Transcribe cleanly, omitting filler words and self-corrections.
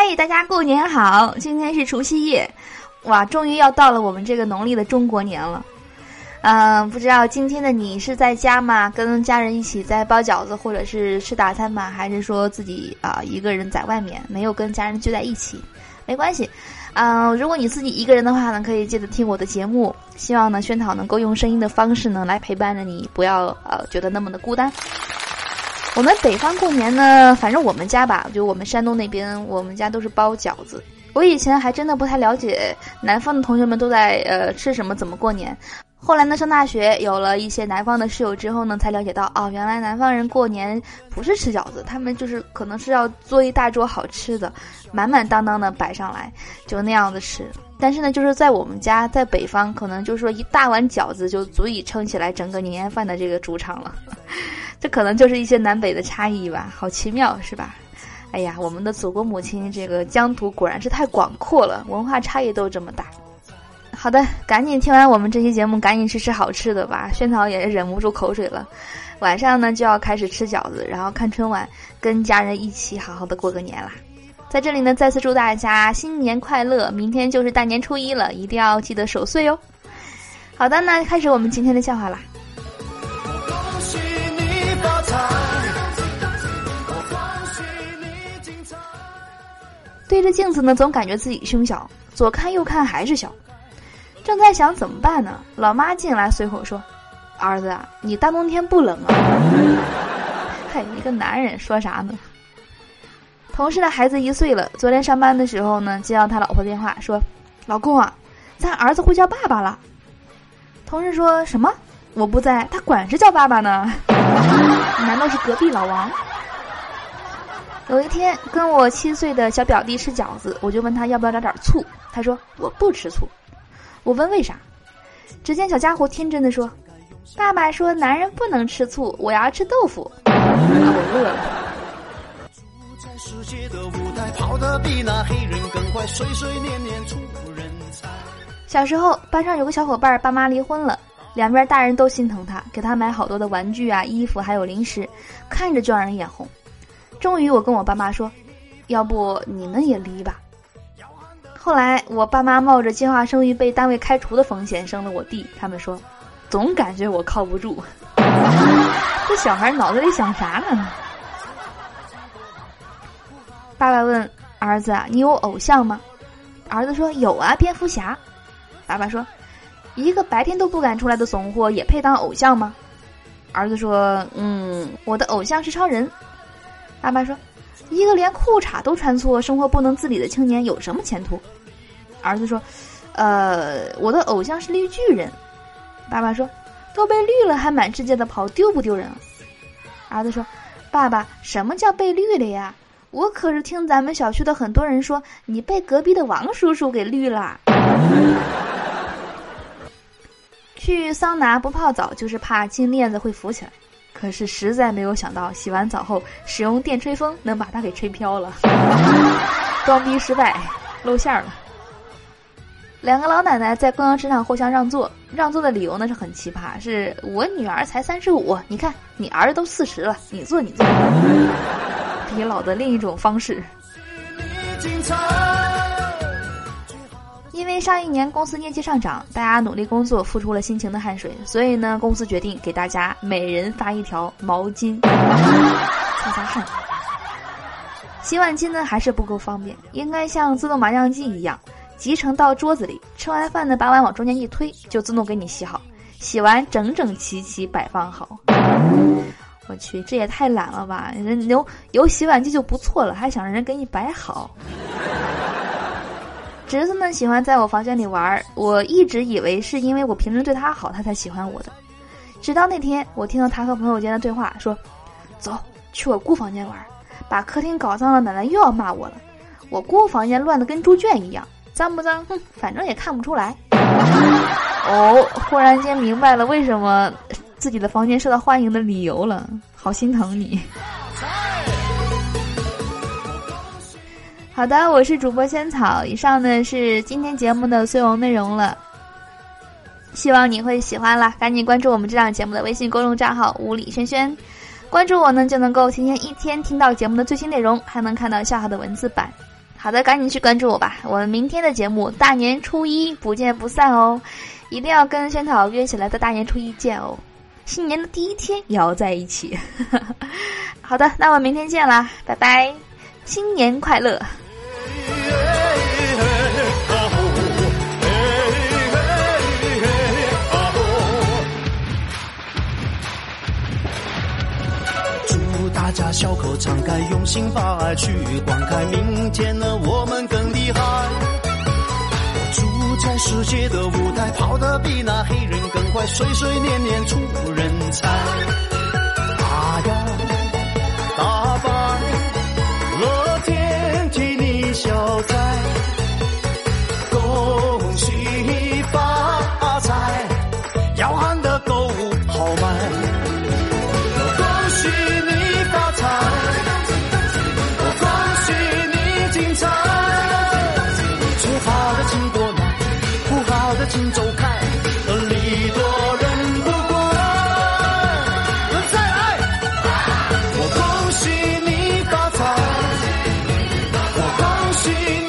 嘿，大家过年好！今天是除夕夜，哇，终于要到了我们这个农历的中国年了。不知道今天的你是在家吗？跟家人一起在包饺子，或者是吃大餐吗？还是说自己一个人在外面，没有跟家人聚在一起？没关系，如果你自己一个人的话呢，可以记得听我的节目。希望呢，宣讨能够用声音的方式呢来陪伴着你，不要觉得那么的孤单。我们北方过年呢，反正我们家吧，就我们山东那边，我们家都是包饺子。我以前还真的不太了解南方的同学们都在吃什么，怎么过年。后来呢，上大学有了一些南方的室友之后呢，才了解到原来南方人过年不是吃饺子，他们就是可能是要做一大桌好吃的，满满当当的摆上来，就那样子吃。但是呢，就是在我们家，在北方，可能就是说一大碗饺子就足以撑起来整个年夜饭的这个主场了。这可能就是一些南北的差异吧，好奇妙，是吧？哎呀，我们的祖国母亲这个疆土果然是太广阔了，文化差异都这么大。好的，赶紧听完我们这期节目，赶紧去吃好吃的吧。萱草也是忍不住口水了。晚上呢就要开始吃饺子，然后看春晚，跟家人一起好好的过个年啦。在这里呢，再次祝大家新年快乐！明天就是大年初一了，一定要记得守岁哦。好的，那开始我们今天的笑话啦。对着镜子呢，总感觉自己胸小，左看右看还是小。正在想怎么办呢，老妈进来随口说：“儿子啊，你大冬天不冷啊？”嘿，一个男人说啥呢？同事的孩子1岁了，昨天上班的时候呢，接到他老婆电话说：“老公啊，咱儿子会叫爸爸了。”同事说什么？我不在，他管是叫爸爸呢？难道是隔壁老王？有一天跟我7岁的小表弟吃饺子，我就问他要不要加点醋，他说我不吃醋。我问为啥？只见小家伙天真的说：“爸爸说男人不能吃醋，我要吃豆腐。”我乐了。小时候班上有个小伙伴爸妈离婚了，两边大人都心疼他，给他买好多的玩具啊、衣服还有零食，看着就让人眼红。终于我跟我爸妈说，要不你们也离吧。后来我爸妈冒着计划生育被单位开除的风险生了我弟，他们说总感觉我靠不住。这小孩脑子里想啥呢？爸爸问儿子啊，你有偶像吗？儿子说有啊，蝙蝠侠。爸爸说，一个白天都不敢出来的怂货也配当偶像吗？儿子说我的偶像是超人。爸爸说，一个连裤衩都穿错、生活不能自理的青年有什么前途？儿子说，我的偶像是绿巨人。爸爸说，都被绿了还满世界的跑，丢不丢人啊？儿子说，爸爸，什么叫被绿了呀？我可是听咱们小区的很多人说，你被隔壁的王叔叔给绿了。去桑拿不泡澡，就是怕金链子会浮起来。可是实在没有想到，洗完澡后使用电吹风能把它给吹飘了。装逼失败，露馅了。两个老奶奶在公交车上互相让座，让座的理由呢是很奇葩，是我女儿才35，你看你儿子都40了，你坐。比老的另一种方式。因为上一年公司业绩上涨，大家努力工作，付出了辛勤的汗水，所以呢，公司决定给大家每人发一条毛巾，擦擦汗。洗碗机呢还是不够方便，应该像自动麻将机一样，集成到桌子里，吃完饭呢把碗往中间一推，就自动给你洗好，洗完整整齐齐摆放好。我去，这也太懒了吧！人有洗碗机就不错了，还想让人给你摆好。侄子呢喜欢在我房间里玩，我一直以为是因为我平时对他好，他才喜欢我的。直到那天，我听到他和朋友间的对话，说：“走，去我姑房间玩，把客厅搞脏了，奶奶又要骂我了。我姑房间乱得跟猪圈一样，脏不脏？反正也看不出来。”忽然间明白了为什么自己的房间受到欢迎的理由了，好心疼你。好的，我是主播仙草，以上呢是今天节目的所有内容了，希望你会喜欢啦！赶紧关注我们这档节目的微信公众账号无理轩轩，关注我呢就能够提前1天听到节目的最新内容，还能看到笑话的文字版。 好的，赶紧去关注我吧，我们明天的节目大年初一不见不散哦，一定要跟仙草约起来在大年初一见哦，新年的第一天也要在一起。好的，那我们明天见啦，拜拜，新年快乐。 大家小口常开，用心把爱去灌溉，明天呢我们更厉害。我住在世界的舞台，跑得比那黑人更快，岁岁年年出人才。大摇大摆，乐天替你消灾，恭喜发财，要喊得够豪迈。请走开，礼多人不怪。再来，我恭喜你发财，我恭喜你。